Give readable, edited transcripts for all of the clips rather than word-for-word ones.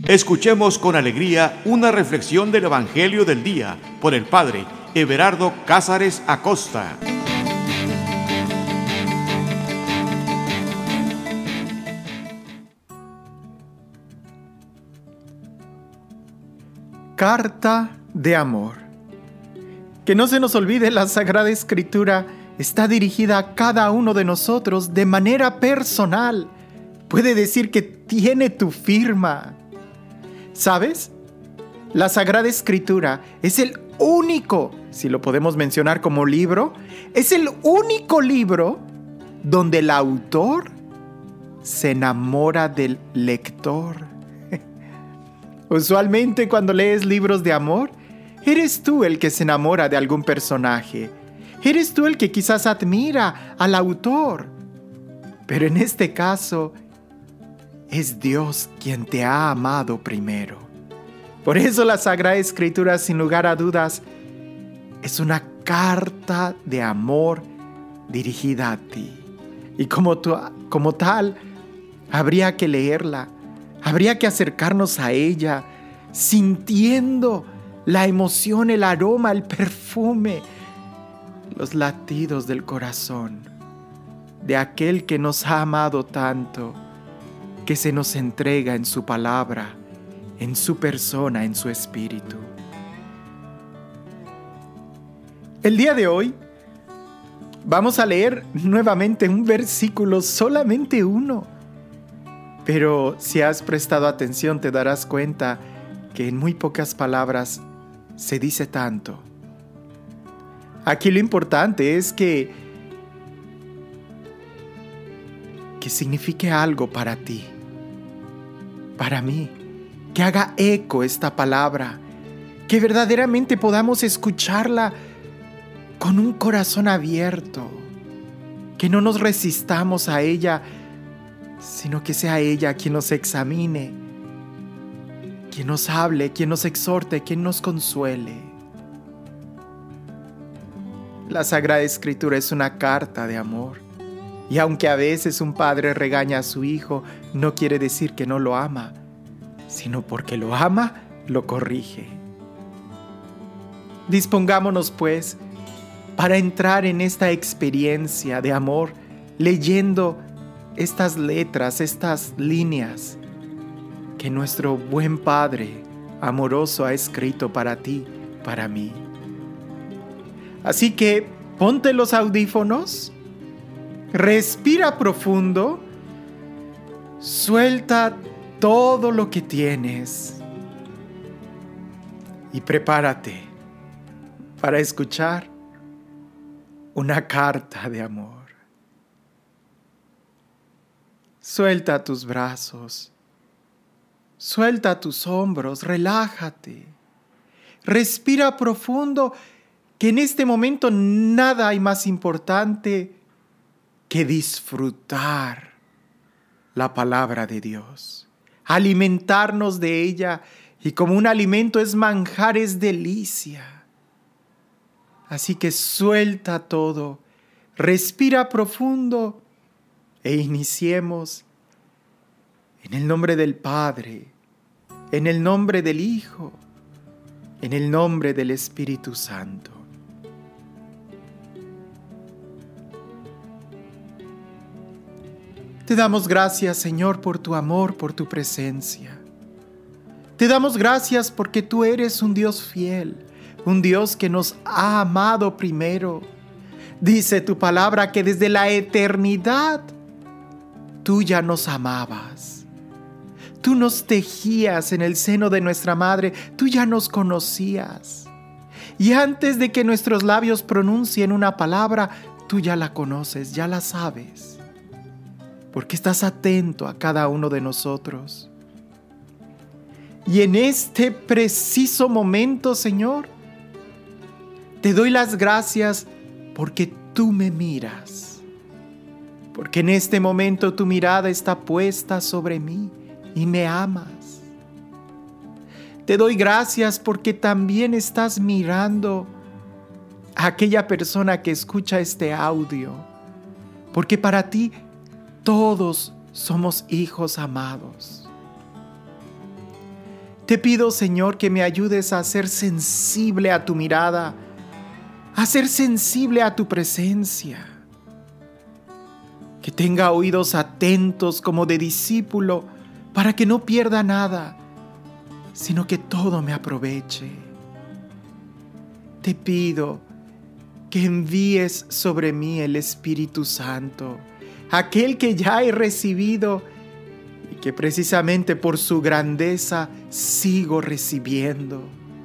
Escuchemos con alegría una reflexión del Evangelio del día por el Padre Everardo Cázares Acosta. Carta de amor. Que no se nos olvide, la Sagrada Escritura está dirigida a cada uno de nosotros de manera personal. Puede decir que tiene tu firma. ¿Sabes? La Sagrada Escritura es el único, si lo podemos mencionar como libro, es el único libro donde el autor se enamora del lector. Usualmente cuando lees libros de amor, eres tú el que se enamora de algún personaje. Eres tú el que quizás admira al autor. Pero en este caso, es Dios quien te ha amado primero. Por eso la Sagrada Escritura, sin lugar a dudas, es una carta de amor dirigida a ti. Y como tal, habría que leerla, habría que acercarnos a ella, sintiendo la emoción, el aroma, el perfume, los latidos del corazón de aquel que nos ha amado tanto, que se nos entrega en su palabra, en su persona, en su espíritu. El día de hoy vamos a leer nuevamente un versículo, solamente uno. Pero si has prestado atención te darás cuenta que en muy pocas palabras se dice tanto. Aquí lo importante es que signifique algo para ti, para mí, que haga eco esta palabra, que verdaderamente podamos escucharla con un corazón abierto, que no nos resistamos a ella, sino que sea ella quien nos examine, quien nos hable, quien nos exhorte, quien nos consuele. La Sagrada Escritura es una carta de amor, y aunque a veces un padre regaña a su hijo, no quiere decir que no lo ama, sino porque lo ama, lo corrige. Dispongámonos, pues, para entrar en esta experiencia de amor, leyendo estas letras, estas líneas que nuestro buen Padre amoroso ha escrito para ti, para mí. Así que ponte los audífonos, respira profundo, suelta todo lo que tienes y prepárate para escuchar una carta de amor. Suelta tus brazos, suelta tus hombros, relájate, respira profundo, que en este momento nada hay más importante que disfrutar la palabra de Dios, alimentarnos de ella, y como un alimento es manjar, es delicia. Así que suelta todo, respira profundo e iniciemos en el nombre del Padre, en el nombre del Hijo, en el nombre del Espíritu Santo. Te damos gracias, Señor, por tu amor, por tu presencia. Te damos gracias porque tú eres un Dios fiel, un Dios que nos ha amado primero. Dice tu palabra que desde la eternidad tú ya nos amabas. Tú nos tejías en el seno de nuestra madre, tú ya nos conocías. Y antes de que nuestros labios pronuncien una palabra, tú ya la conoces, ya la sabes. Porque estás atento a cada uno de nosotros. Y en este preciso momento, Señor, te doy las gracias porque tú me miras. Porque en este momento tu mirada está puesta sobre mí y me amas. Te doy gracias porque también estás mirando a aquella persona que escucha este audio. Porque para ti todos somos hijos amados. Te pido, Señor, que me ayudes a ser sensible a tu mirada, a ser sensible a tu presencia. Que tenga oídos atentos como de discípulo para que no pierda nada, sino que todo me aproveche. Te pido que envíes sobre mí el Espíritu Santo, aquel que ya he recibido y que precisamente por su grandeza sigo recibiendo.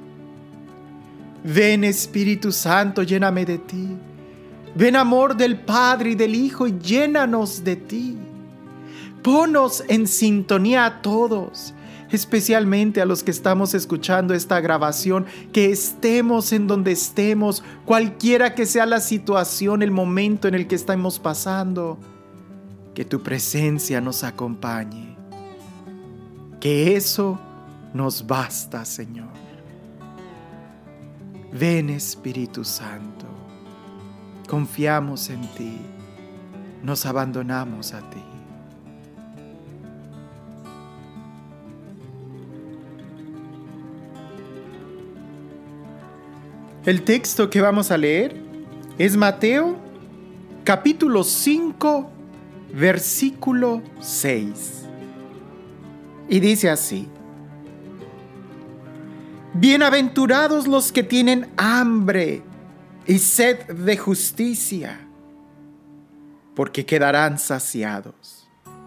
Ven, Espíritu Santo, lléname de ti. Ven, amor del Padre y del Hijo, y llénanos de ti. Ponos en sintonía a todos, especialmente a los que estamos escuchando esta grabación, que estemos en donde estemos, cualquiera que sea la situación, el momento en el que estamos pasando, que tu presencia nos acompañe. Que eso nos basta, Señor. Ven, Espíritu Santo. Confiamos en ti, nos abandonamos a ti. El texto que vamos a leer es Mateo, capítulo 5, versículo 6. Y dice así: Bienaventurados los que tienen hambre y sed de justicia, porque quedarán saciados.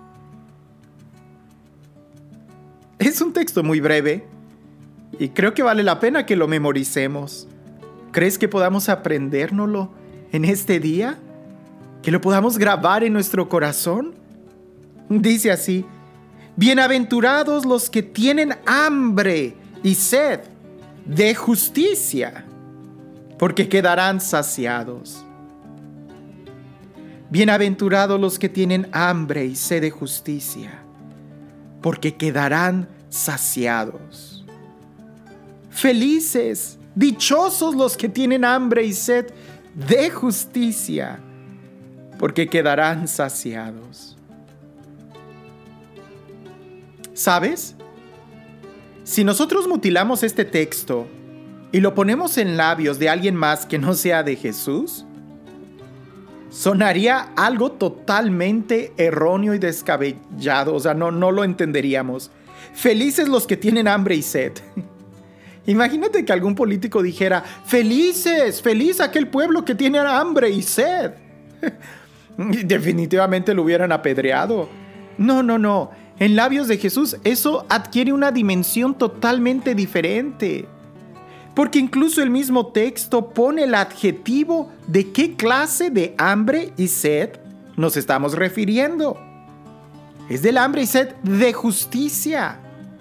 Es un texto muy breve y creo que vale la pena que lo memoricemos. ¿Crees que podamos aprendérnoslo en este día? ¿Que lo podamos grabar en nuestro corazón? Dice así: Bienaventurados los que tienen hambre y sed de justicia, porque quedarán saciados. Bienaventurados los que tienen hambre y sed de justicia, porque quedarán saciados. Felices, dichosos los que tienen hambre y sed de justicia, porque quedarán saciados. ¿Sabes? Si nosotros mutilamos este texto y lo ponemos en labios de alguien más que no sea de Jesús, sonaría algo totalmente erróneo y descabellado. O sea, no lo entenderíamos. Felices los que tienen hambre y sed. Imagínate que algún político dijera: feliz aquel pueblo que tiene hambre y sed. Definitivamente lo hubieran apedreado. No. En labios de Jesús eso adquiere una dimensión totalmente diferente. Porque incluso el mismo texto pone el adjetivo de qué clase de hambre y sed nos estamos refiriendo. Es del hambre y sed de justicia.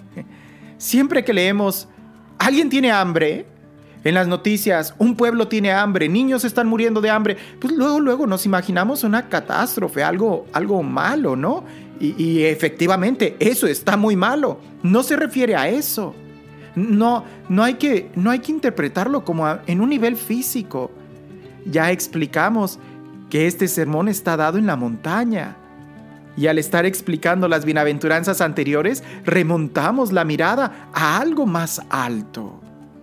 Siempre que leemos alguien tiene hambre, en las noticias un pueblo tiene hambre, niños están muriendo de hambre, pues luego nos imaginamos una catástrofe, algo malo, ¿no? Y efectivamente eso está muy malo. No se refiere a eso. No hay que interpretarlo como en un nivel físico. Ya explicamos que este sermón está dado en la montaña. Y al estar explicando las bienaventuranzas anteriores, remontamos la mirada a algo más alto.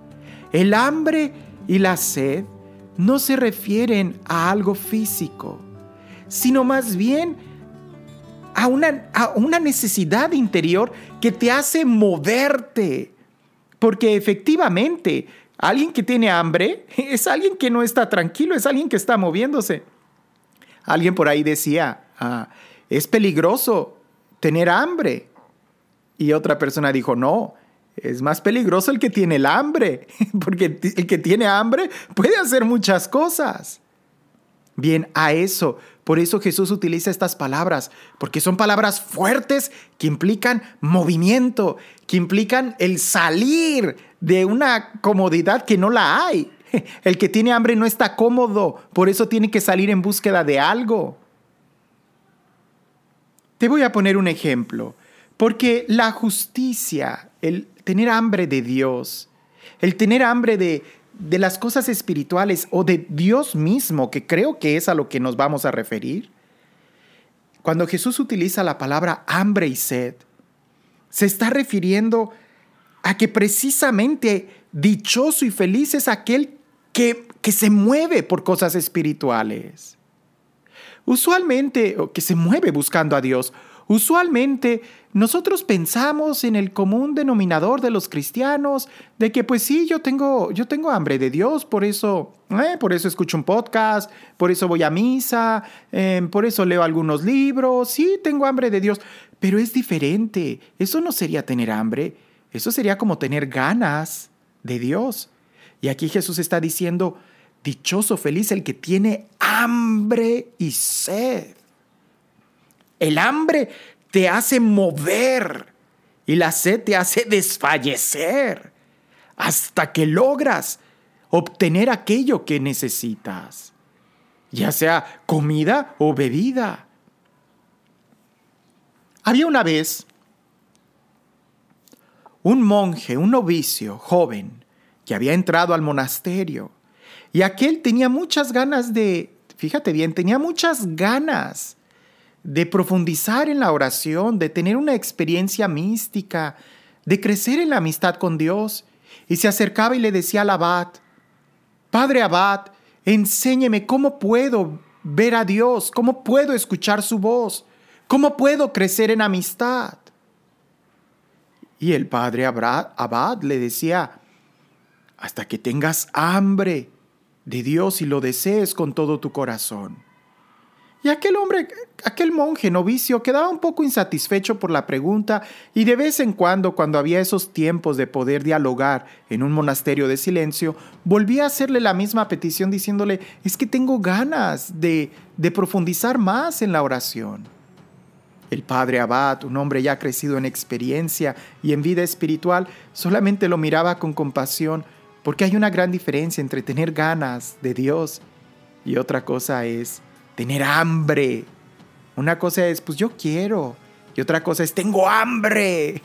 El hambre y la sed no se refieren a algo físico, sino más bien a una necesidad interior que te hace moverte. Porque efectivamente, alguien que tiene hambre es alguien que no está tranquilo, es alguien que está moviéndose. Alguien por ahí decía: es peligroso tener hambre. Y otra persona dijo: no, es más peligroso el que tiene el hambre, porque el que tiene hambre puede hacer muchas cosas. Bien, por eso Jesús utiliza estas palabras, porque son palabras fuertes que implican movimiento, que implican el salir de una comodidad que no la hay. El que tiene hambre no está cómodo, por eso tiene que salir en búsqueda de algo. Te voy a poner un ejemplo, porque la justicia, el tener hambre de Dios, el tener hambre de las cosas espirituales o de Dios mismo, que creo que es a lo que nos vamos a referir, cuando Jesús utiliza la palabra hambre y sed, se está refiriendo a que precisamente dichoso y feliz es aquel que se mueve por cosas espirituales. Usualmente, o que se mueve buscando a Dios. Usualmente nosotros pensamos en el común denominador de los cristianos, de que pues sí, yo tengo hambre de Dios, por eso escucho un podcast, por eso voy a misa, por eso leo algunos libros, sí, tengo hambre de Dios, pero es diferente. Eso no sería tener hambre, eso sería como tener ganas de Dios. Y aquí Jesús está diciendo, dichoso, feliz el que tiene hambre y sed. El hambre te hace mover y la sed te hace desfallecer hasta que logras obtener aquello que necesitas, ya sea comida o bebida. Había una vez un monje, un novicio joven que había entrado al monasterio y aquel tenía muchas ganas de profundizar en la oración, de tener una experiencia mística, de crecer en la amistad con Dios. Y se acercaba y le decía al abad, Padre abad, enséñeme cómo puedo ver a Dios, cómo puedo escuchar su voz, cómo puedo crecer en amistad. Y el padre abad le decía, hasta que tengas hambre de Dios y lo desees con todo tu corazón. Y aquel monje novicio quedaba un poco insatisfecho por la pregunta y de vez en cuando había esos tiempos de poder dialogar en un monasterio de silencio, volvía a hacerle la misma petición diciéndole, es que tengo ganas de profundizar más en la oración. El padre abad, un hombre ya crecido en experiencia y en vida espiritual, solamente lo miraba con compasión porque hay una gran diferencia entre tener ganas de Dios y otra cosa es tener hambre. Una cosa es, pues yo quiero. Y otra cosa es, tengo hambre.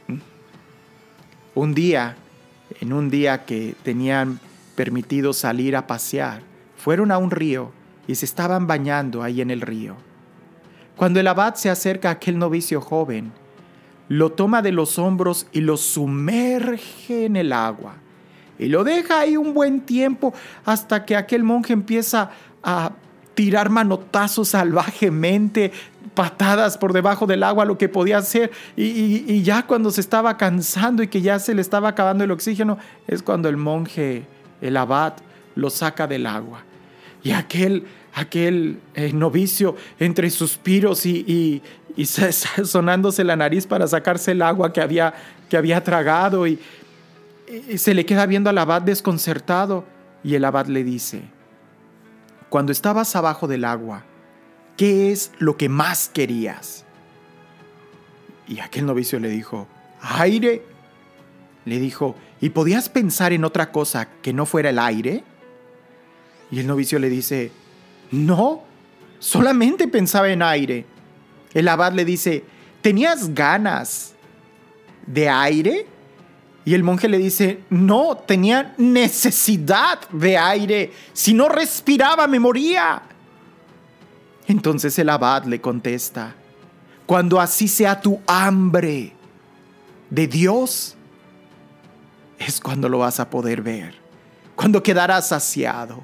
En un día que tenían permitido salir a pasear, fueron a un río y se estaban bañando ahí en el río. Cuando el abad se acerca a aquel novicio joven, lo toma de los hombros y lo sumerge en el agua. Y lo deja ahí un buen tiempo hasta que aquel monje empieza a tirar manotazos salvajemente, patadas por debajo del agua, lo que podía hacer. Y ya cuando se estaba cansando y que ya se le estaba acabando el oxígeno, es cuando el monje, el abad, lo saca del agua. Y aquel novicio, entre suspiros y sonándose la nariz para sacarse el agua que había tragado, y se le queda viendo al abad desconcertado. Y el abad le dice, cuando estabas abajo del agua, ¿qué es lo que más querías? Y aquel novicio le dijo, aire. Le dijo, ¿y podías pensar en otra cosa que no fuera el aire? Y el novicio le dice, no, solamente pensaba en aire. El abad le dice, ¿tenías ganas de aire? Y el monje le dice, no, tenía necesidad de aire. Si no respiraba, me moría. Entonces el abad le contesta, cuando así sea tu hambre de Dios, es cuando lo vas a poder ver, cuando quedarás saciado.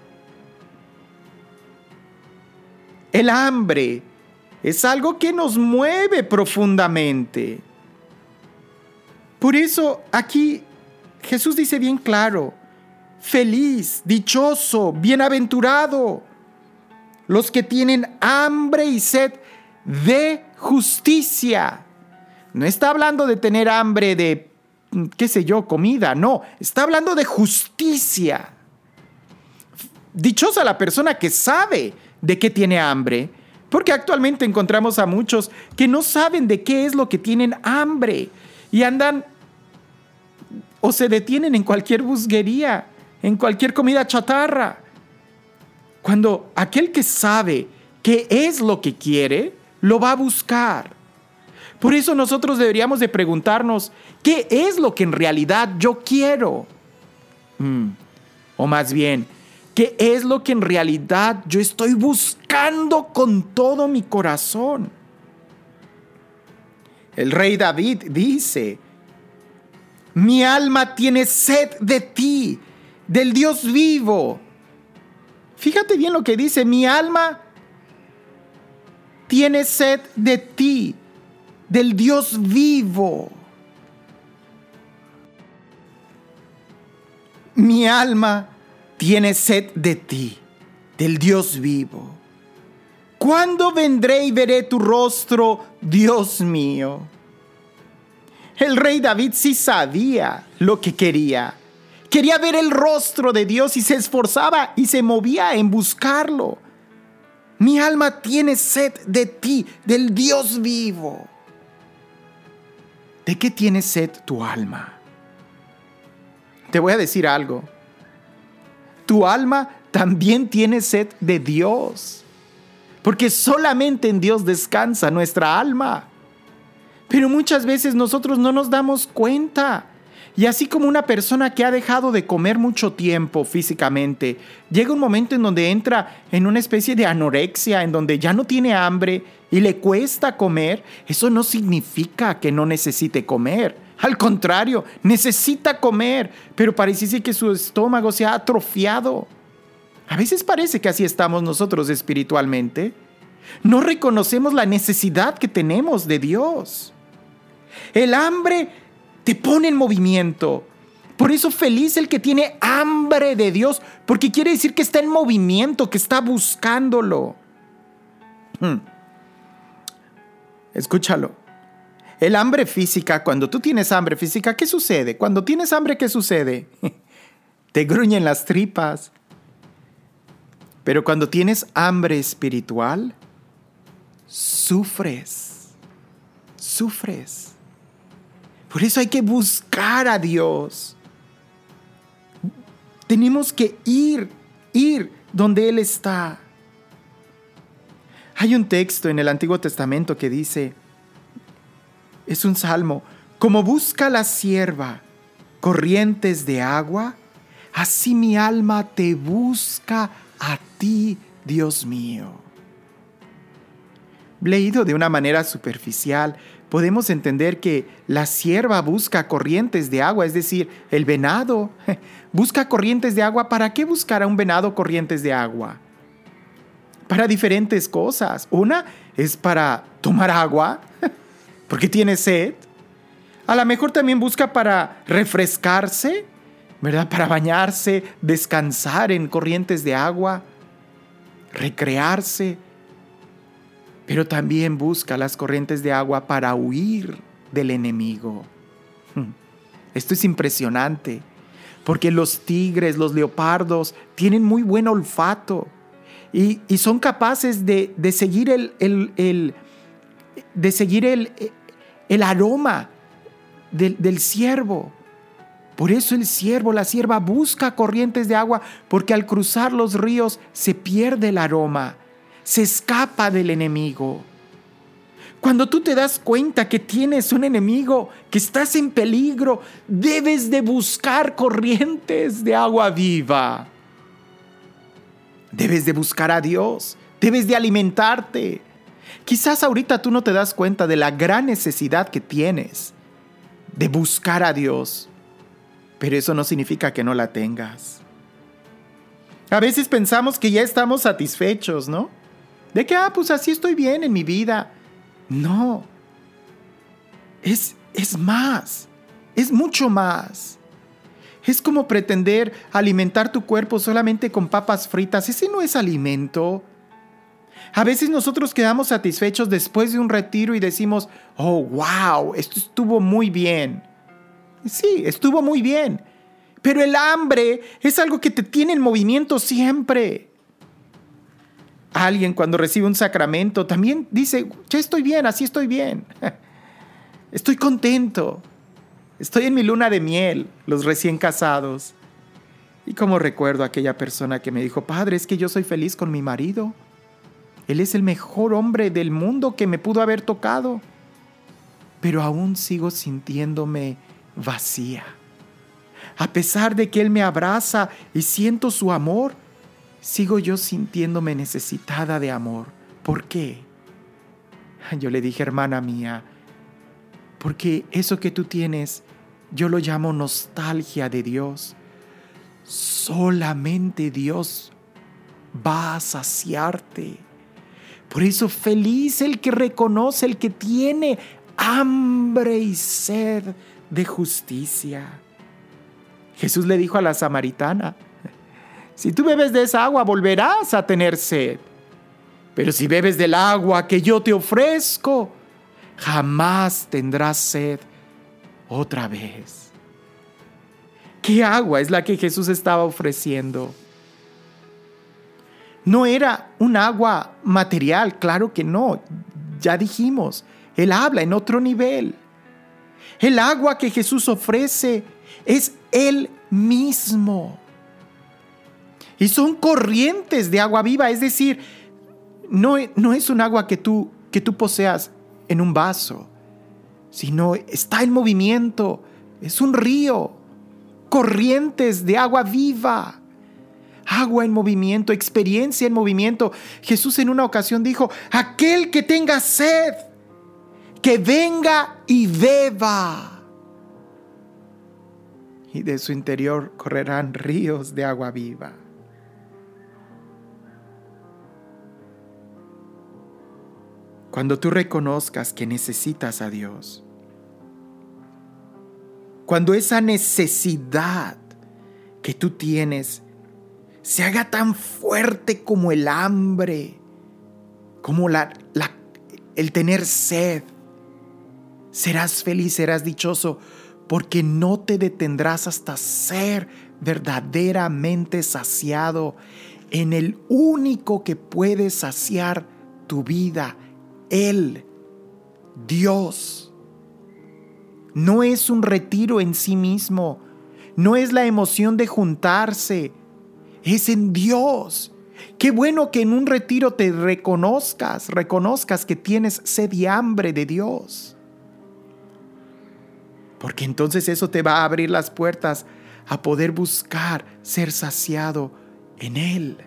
El hambre es algo que nos mueve profundamente. Por eso aquí Jesús dice bien claro, feliz, dichoso, bienaventurado, los que tienen hambre y sed de justicia. No está hablando de tener hambre de, comida, no, está hablando de justicia. Dichosa la persona que sabe de qué tiene hambre, porque actualmente encontramos a muchos que no saben de qué es lo que tienen hambre. Y andan o se detienen en cualquier busguería, en cualquier comida chatarra. Cuando aquel que sabe qué es lo que quiere, lo va a buscar. Por eso nosotros deberíamos de preguntarnos, ¿qué es lo que en realidad yo quiero? O más bien, ¿qué es lo que en realidad yo estoy buscando con todo mi corazón? El rey David dice Mi alma tiene sed de ti, del Dios vivo. Fíjate bien lo que dice, mi alma tiene sed de ti, del Dios vivo. Mi alma tiene sed de ti, del Dios vivo. ¿Cuándo vendré y veré tu rostro, Dios mío? El rey David sí sabía lo que quería. Quería ver el rostro de Dios y se esforzaba y se movía en buscarlo. Mi alma tiene sed de ti, del Dios vivo. ¿De qué tiene sed tu alma? Te voy a decir algo. Tu alma también tiene sed de Dios, porque solamente en Dios descansa nuestra alma. Pero muchas veces nosotros no nos damos cuenta. Y así como una persona que ha dejado de comer mucho tiempo físicamente, llega un momento en donde entra en una especie de anorexia, en donde ya no tiene hambre y le cuesta comer, eso no significa que no necesite comer. Al contrario, necesita comer, pero parece que su estómago se ha atrofiado. A veces parece que así estamos nosotros espiritualmente. No reconocemos la necesidad que tenemos de Dios. El hambre te pone en movimiento. Por eso feliz el que tiene hambre de Dios, porque quiere decir que está en movimiento, que está buscándolo. Escúchalo. El hambre física, cuando tú tienes hambre física, ¿qué sucede? Cuando tienes hambre, ¿qué sucede? Te gruñen las tripas. Pero cuando tienes hambre espiritual, sufres. Sufres. Por eso hay que buscar a Dios. Tenemos que ir donde Él está. Hay un texto en el Antiguo Testamento que dice, es un salmo, como busca la sierva corrientes de agua, así mi alma te busca a ti, Dios mío. Leído de una manera superficial, podemos entender que la sierva busca corrientes de agua, es decir, el venado busca corrientes de agua. ¿Para qué buscará un venado corrientes de agua? Para diferentes cosas. Una es para tomar agua, porque tiene sed. A lo mejor también busca para refrescarse, ¿verdad? Para bañarse, descansar en corrientes de agua, recrearse. Pero también busca las corrientes de agua para huir del enemigo. Esto es impresionante, porque los tigres, los leopardos, tienen muy buen olfato y son capaces de seguir el aroma del ciervo. Por eso el ciervo, la sierva busca corrientes de agua, porque al cruzar los ríos se pierde el aroma, se escapa del enemigo. Cuando tú te das cuenta que tienes un enemigo, que estás en peligro, debes de buscar corrientes de agua viva. Debes de buscar a Dios, debes de alimentarte. Quizás ahorita tú no te das cuenta de la gran necesidad que tienes de buscar a Dios, pero eso no significa que no la tengas. A veces pensamos que ya estamos satisfechos, ¿no? De que, pues así estoy bien en mi vida. No, es más, es mucho más. Es como pretender alimentar tu cuerpo solamente con papas fritas. Ese no es alimento. A veces nosotros quedamos satisfechos después de un retiro y decimos, oh, wow, esto estuvo muy bien. Sí, estuvo muy bien. Pero el hambre es algo que te tiene en movimiento siempre. Alguien cuando recibe un sacramento también dice, ya estoy bien, así estoy bien. Estoy contento. Estoy en mi luna de miel, los recién casados. Y como recuerdo a aquella persona que me dijo, padre, es que yo soy feliz con mi marido. Él es el mejor hombre del mundo que me pudo haber tocado. Pero aún sigo sintiéndome vacía. A pesar de que él me abraza y siento su amor, sigo yo sintiéndome necesitada de amor. ¿Por qué? Yo le dije, hermana mía, porque eso que tú tienes yo lo llamo nostalgia de Dios. Solamente Dios va a saciarte. Por eso feliz el que reconoce, el que tiene hambre y sed de justicia. Jesús le dijo a la samaritana: si tú bebes de esa agua, volverás a tener sed. Pero si bebes del agua que yo te ofrezco, jamás tendrás sed otra vez. ¿Qué agua es la que Jesús estaba ofreciendo? No era un agua material, claro que no. Ya dijimos, Él habla en otro nivel. El agua que Jesús ofrece es Él mismo. Y son corrientes de agua viva, es decir, no es un agua que tú poseas en un vaso, sino está en movimiento, es un río, corrientes de agua viva, agua en movimiento, experiencia en movimiento. Jesús en una ocasión dijo: aquel que tenga sed, que venga y beba, y de su interior correrán ríos de agua viva. Cuando tú reconozcas que necesitas a Dios, cuando esa necesidad que tú tienes se haga tan fuerte como el hambre, como el tener sed, serás feliz, serás dichoso, porque no te detendrás hasta ser verdaderamente saciado en el único que puede saciar tu vida, Él, Dios. No es un retiro en sí mismo, no es la emoción de juntarse, es en Dios. Qué bueno que en un retiro te reconozcas que tienes sed y hambre de Dios. Porque entonces eso te va a abrir las puertas a poder buscar ser saciado en Él.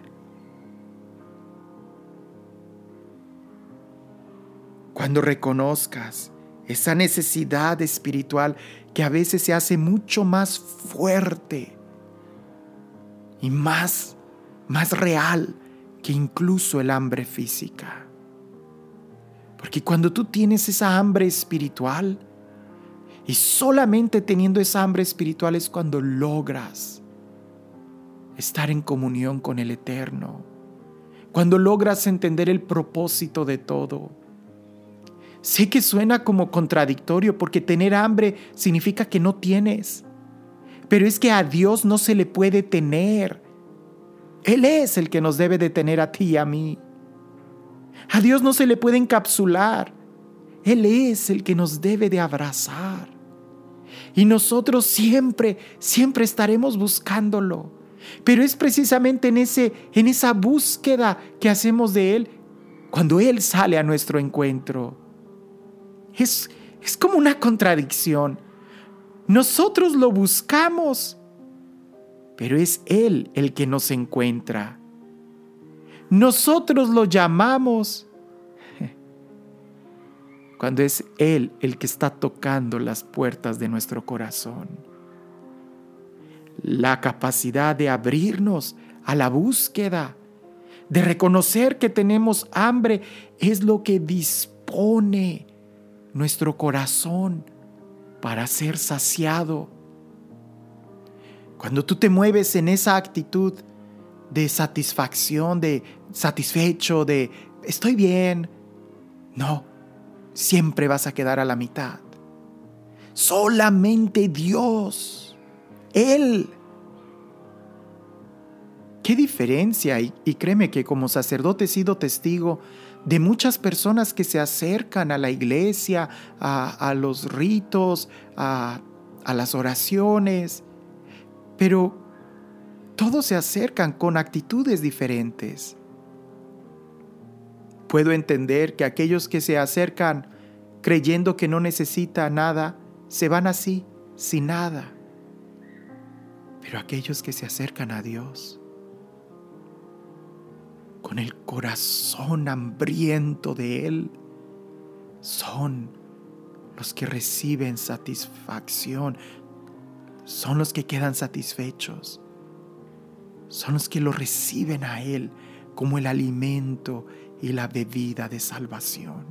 Cuando reconozcas esa necesidad espiritual que a veces se hace mucho más fuerte y más real que incluso el hambre física. Porque cuando tú tienes esa hambre espiritual, y solamente teniendo esa hambre espiritual es cuando logras estar en comunión con el Eterno, cuando logras entender el propósito de todo. Sé que suena como contradictorio porque tener hambre significa que no tienes, pero es que a Dios no se le puede tener. Él es el que nos debe de tener a ti y a mí. A Dios no se le puede encapsular. Él es el que nos debe de abrazar. Y nosotros siempre estaremos buscándolo. Pero es precisamente en esa búsqueda que hacemos de Él cuando Él sale a nuestro encuentro. Es como una contradicción. Nosotros lo buscamos, pero es Él el que nos encuentra. Nosotros lo llamamos cuando es Él el que está tocando las puertas de nuestro corazón. La capacidad de abrirnos a la búsqueda, de reconocer que tenemos hambre, es lo que dispone nuestro corazón para ser saciado. Cuando tú te mueves en esa actitud de satisfacción, de satisfecho, de estoy bien, no, siempre vas a quedar a la mitad. Solamente Dios, Él. ¿Qué diferencia? Y créeme que como sacerdote he sido testigo de muchas personas que se acercan a la iglesia, a los ritos, a las oraciones, pero todos se acercan con actitudes diferentes. Puedo entender que aquellos que se acercan creyendo que no necesitan nada, se van así, sin nada. Pero aquellos que se acercan a Dios, con el corazón hambriento de Él, son los que reciben satisfacción son los que quedan satisfechos, son los que lo reciben a Él como el alimento y la bebida de salvación.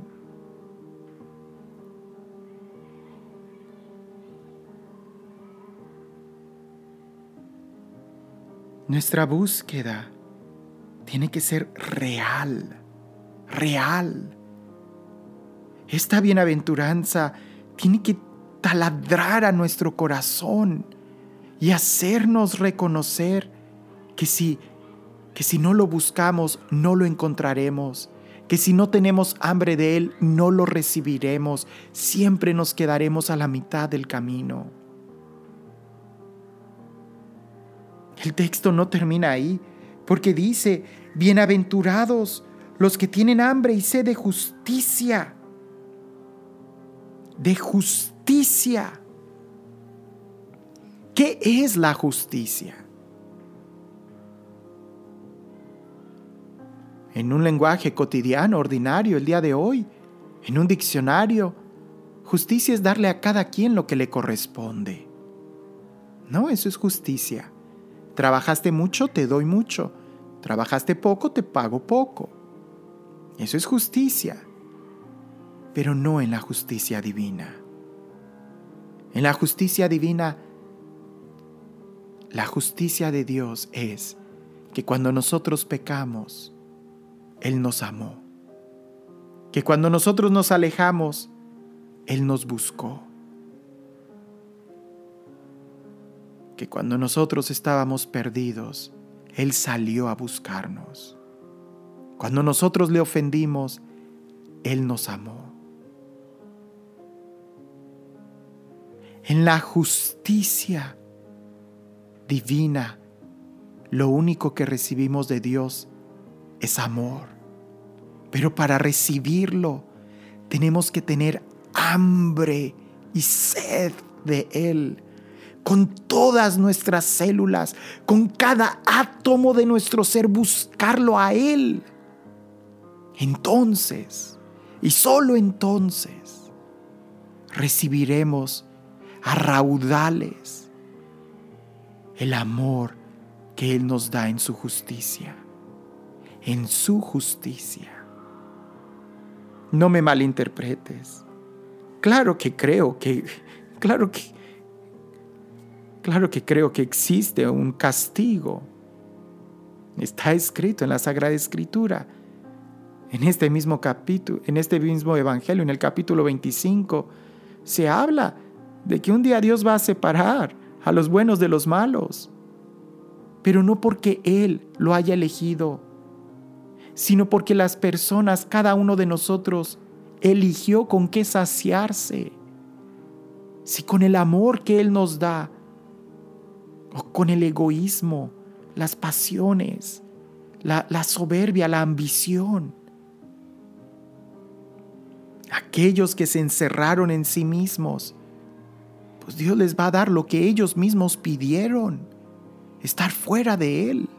Nuestra búsqueda tiene que ser real. Esta bienaventuranza tiene que taladrar a nuestro corazón y hacernos reconocer que si no lo buscamos, no lo encontraremos, que si no tenemos hambre de Él, no lo recibiremos, siempre nos quedaremos a la mitad del camino. El texto no termina ahí, porque dice: bienaventurados los que tienen hambre y sed de justicia. De justicia. ¿Qué es la justicia? En un lenguaje cotidiano, ordinario, el día de hoy, en un diccionario, justicia es darle a cada quien lo que le corresponde. No, eso es justicia. Trabajaste mucho, te doy mucho. Trabajaste poco, te pago poco. Eso es justicia. Pero no en la justicia divina. En la justicia divina, la justicia de Dios es que cuando nosotros pecamos, Él nos amó. Que cuando nosotros nos alejamos, Él nos buscó. Que cuando nosotros estábamos perdidos, Él salió a buscarnos. Cuando nosotros le ofendimos, Él nos amó. En la justicia divina, lo único que recibimos de Dios es amor. Pero para recibirlo, tenemos que tener hambre y sed de Él. Con todas nuestras células, con cada átomo de nuestro ser, buscarlo a Él. Entonces, y solo entonces, recibiremos a raudales el amor que Él nos da en su justicia. En su justicia. No me malinterpretes. Claro que creo que existe un castigo. Está escrito en la Sagrada Escritura. En este mismo capítulo, en este mismo evangelio, en el capítulo 25, se habla de que un día Dios va a separar a los buenos de los malos. Pero no porque Él lo haya elegido, sino porque las personas, cada uno de nosotros, eligió con qué saciarse. Si con el amor que Él nos da, o con el egoísmo, las pasiones, la soberbia, la ambición. Aquellos que se encerraron en sí mismos, pues Dios les va a dar lo que ellos mismos pidieron, estar fuera de Él.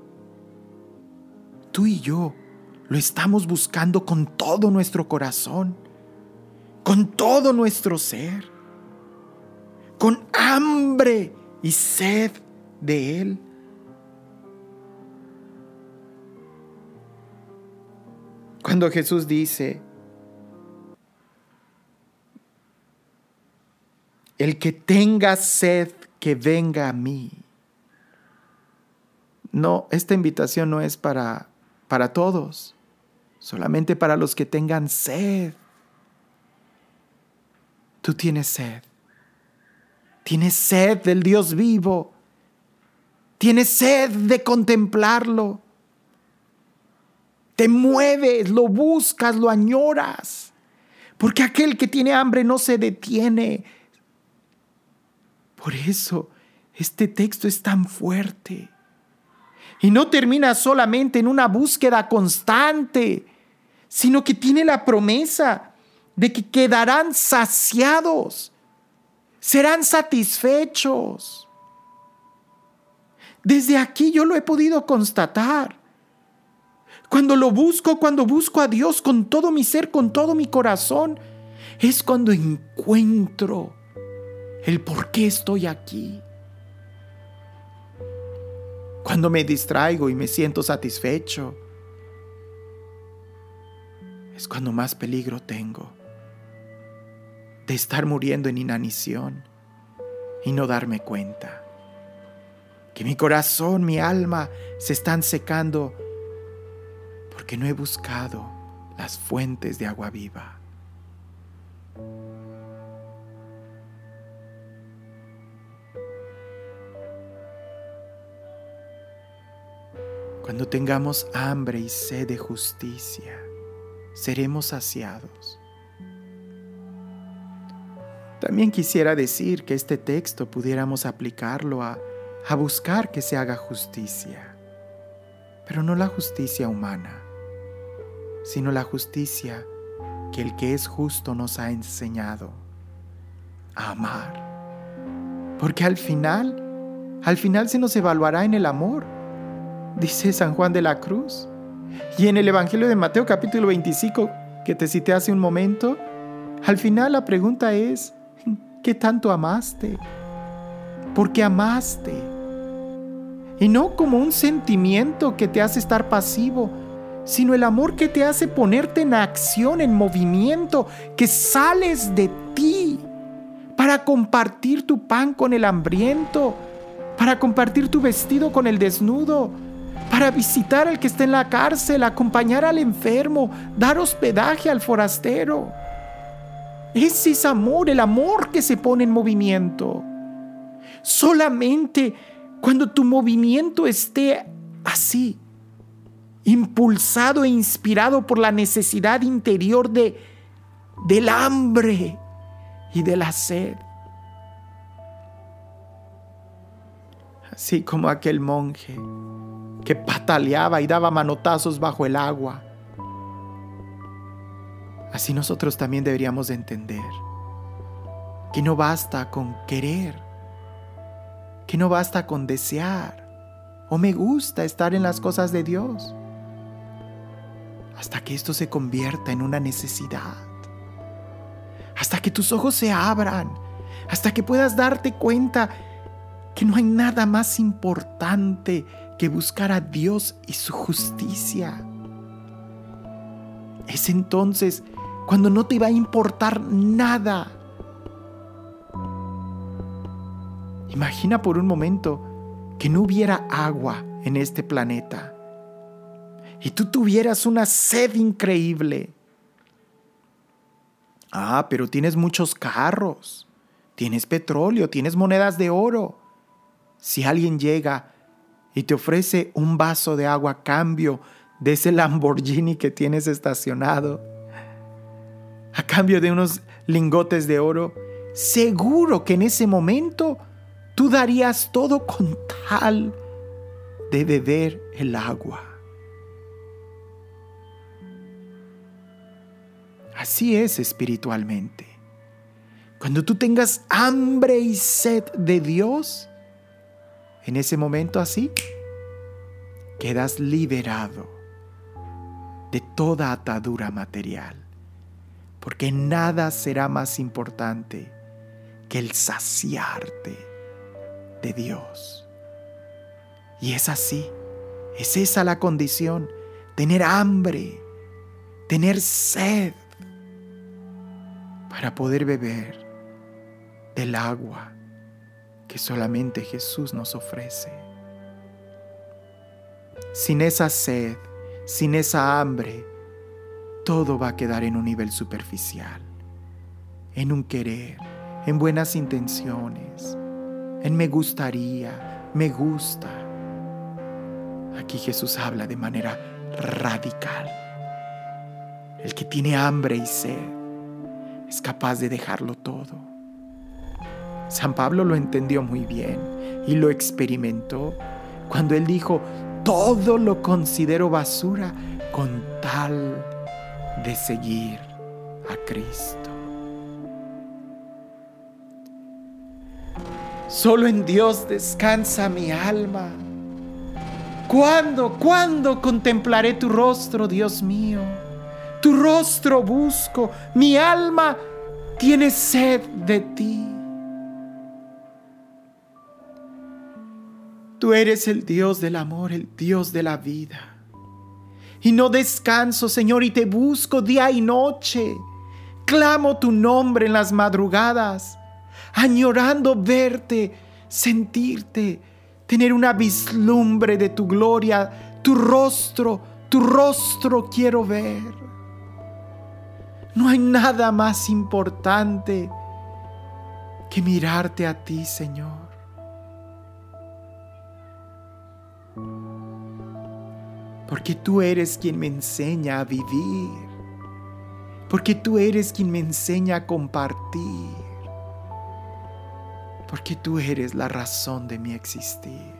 Tú y yo lo estamos buscando con todo nuestro corazón, con todo nuestro ser, con hambre y sed de Él. Cuando Jesús dice: el que tenga sed, que venga a mí. No, esta invitación no es para todos, solamente para los que tengan sed. Tú tienes sed. Tienes sed del Dios vivo. Tienes sed de contemplarlo. Te mueves, lo buscas, lo añoras. Porque aquel que tiene hambre no se detiene. Por eso este texto es tan fuerte. Y no termina solamente en una búsqueda constante, sino que tiene la promesa de que quedarán saciados. Serán satisfechos. Desde aquí yo lo he podido constatar. Cuando busco a Dios con todo mi ser, con todo mi corazón, es cuando encuentro el por qué estoy aquí. Cuando me distraigo y me siento satisfecho, es cuando más peligro tengo de estar muriendo en inanición y no darme cuenta que mi corazón, mi alma se están secando porque no he buscado las fuentes de agua viva. Cuando tengamos hambre y sed de justicia, seremos saciados. También quisiera decir que este texto pudiéramos aplicarlo a buscar que se haga justicia, pero no la justicia humana, sino la justicia que el que es justo nos ha enseñado a amar. Porque al final se nos evaluará en el amor, dice San Juan de la Cruz. Y en el Evangelio de Mateo capítulo 25, que te cité hace un momento, al final la pregunta es: ¿qué tanto amaste? ¿Por qué amaste? Y no como un sentimiento que te hace estar pasivo, sino el amor que te hace ponerte en acción, en movimiento, que sales de ti para compartir tu pan con el hambriento, para compartir tu vestido con el desnudo, para visitar al que está en la cárcel, acompañar al enfermo, dar hospedaje al forastero. Ese es amor, el amor que se pone en movimiento. Solamente cuando tu movimiento esté así, impulsado e inspirado por la necesidad interior del hambre y de la sed. Así como aquel monje que pataleaba y daba manotazos bajo el agua. Así nosotros también deberíamos de entender que no basta con querer, que no basta con desear o me gusta estar en las cosas de Dios, hasta que esto se convierta en una necesidad, hasta que tus ojos se abran, hasta que puedas darte cuenta que no hay nada más importante que buscar a Dios y su justicia. Es entonces cuando no te va a importar nada. Imagina por un momento que no hubiera agua en este planeta y tú tuvieras una sed increíble. Pero tienes muchos carros, tienes petróleo, tienes monedas de oro. Si alguien llega y te ofrece un vaso de agua a cambio de ese Lamborghini que tienes estacionado, a cambio de unos lingotes de oro, seguro que en ese momento tú darías todo con tal de beber el agua. Así es espiritualmente. Cuando tú tengas hambre y sed de Dios, en ese momento así, quedas liberado de toda atadura material, porque nada será más importante que el saciarte de Dios. Y es así, es esa la condición, tener hambre, tener sed, para poder beber del agua que solamente Jesús nos ofrece. Sin esa sed, sin esa hambre, todo va a quedar en un nivel superficial, en un querer, en buenas intenciones, en me gustaría, me gusta. Aquí Jesús habla de manera radical. El que tiene hambre y sed es capaz de dejarlo todo. San Pablo lo entendió muy bien y lo experimentó cuando él dijo: todo lo considero basura con tal de seguir a Cristo. Solo en Dios descansa mi alma. ¿Cuándo contemplaré tu rostro, Dios mío? Tu rostro busco, mi alma tiene sed de ti. Tú eres el Dios del amor, el Dios de la vida. Y no descanso, Señor, y te busco día y noche. Clamo tu nombre en las madrugadas, añorando verte, sentirte, tener una vislumbre de tu gloria, tu rostro quiero ver. No hay nada más importante que mirarte a ti, Señor. Porque tú eres quien me enseña a vivir. Porque tú eres quien me enseña a compartir. Porque tú eres la razón de mi existir.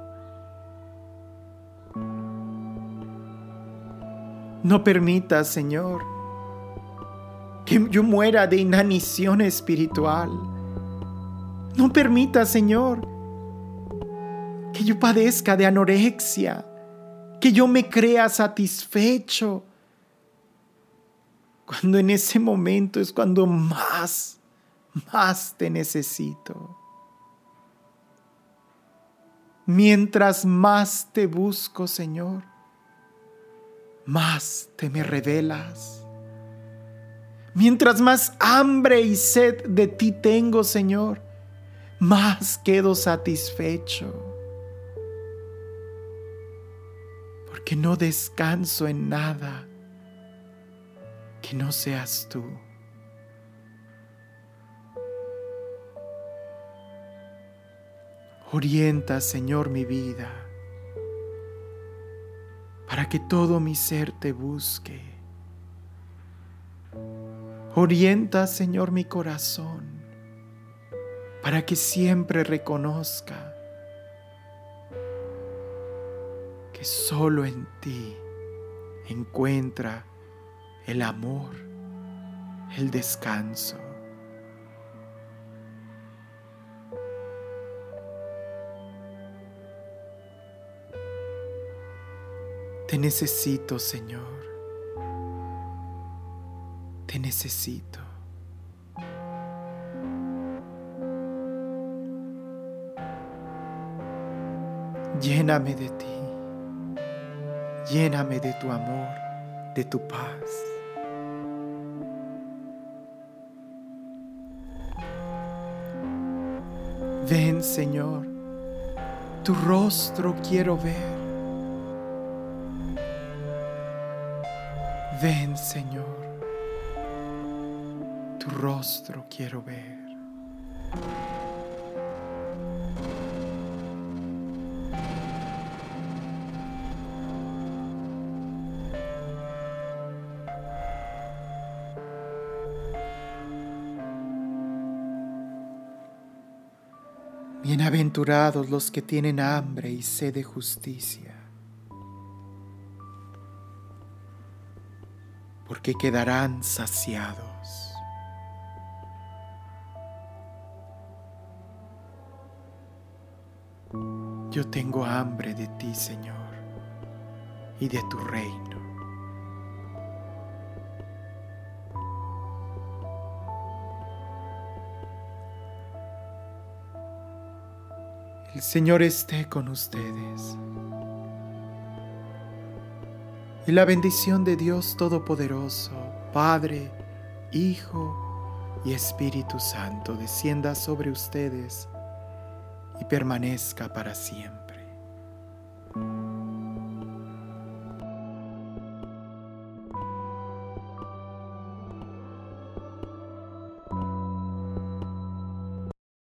No permitas, Señor, que yo muera de inanición espiritual. No permitas, Señor, que yo padezca de anorexia, que yo me crea satisfecho, cuando en ese momento es cuando más te necesito. Mientras más te busco, Señor, más te me revelas. Mientras más hambre y sed de ti tengo, Señor, más quedo satisfecho. Porque no descanso en nada que no seas tú. Orienta, Señor, mi vida, para que todo mi ser te busque. Orienta, Señor, mi corazón, para que siempre reconozca que solo en ti encuentra el amor, el descanso. Te necesito, Señor. Te necesito. Lléname de ti. Lléname de tu amor, de tu paz. Ven, Señor, tu rostro quiero ver. Ven, Señor, tu rostro quiero ver. Bienaventurados los que tienen hambre y sed de justicia, porque quedarán saciados. Yo tengo hambre de ti, Señor, y de tu reino. El Señor esté con ustedes. Y la bendición de Dios Todopoderoso, Padre, Hijo y Espíritu Santo, descienda sobre ustedes y permanezca para siempre.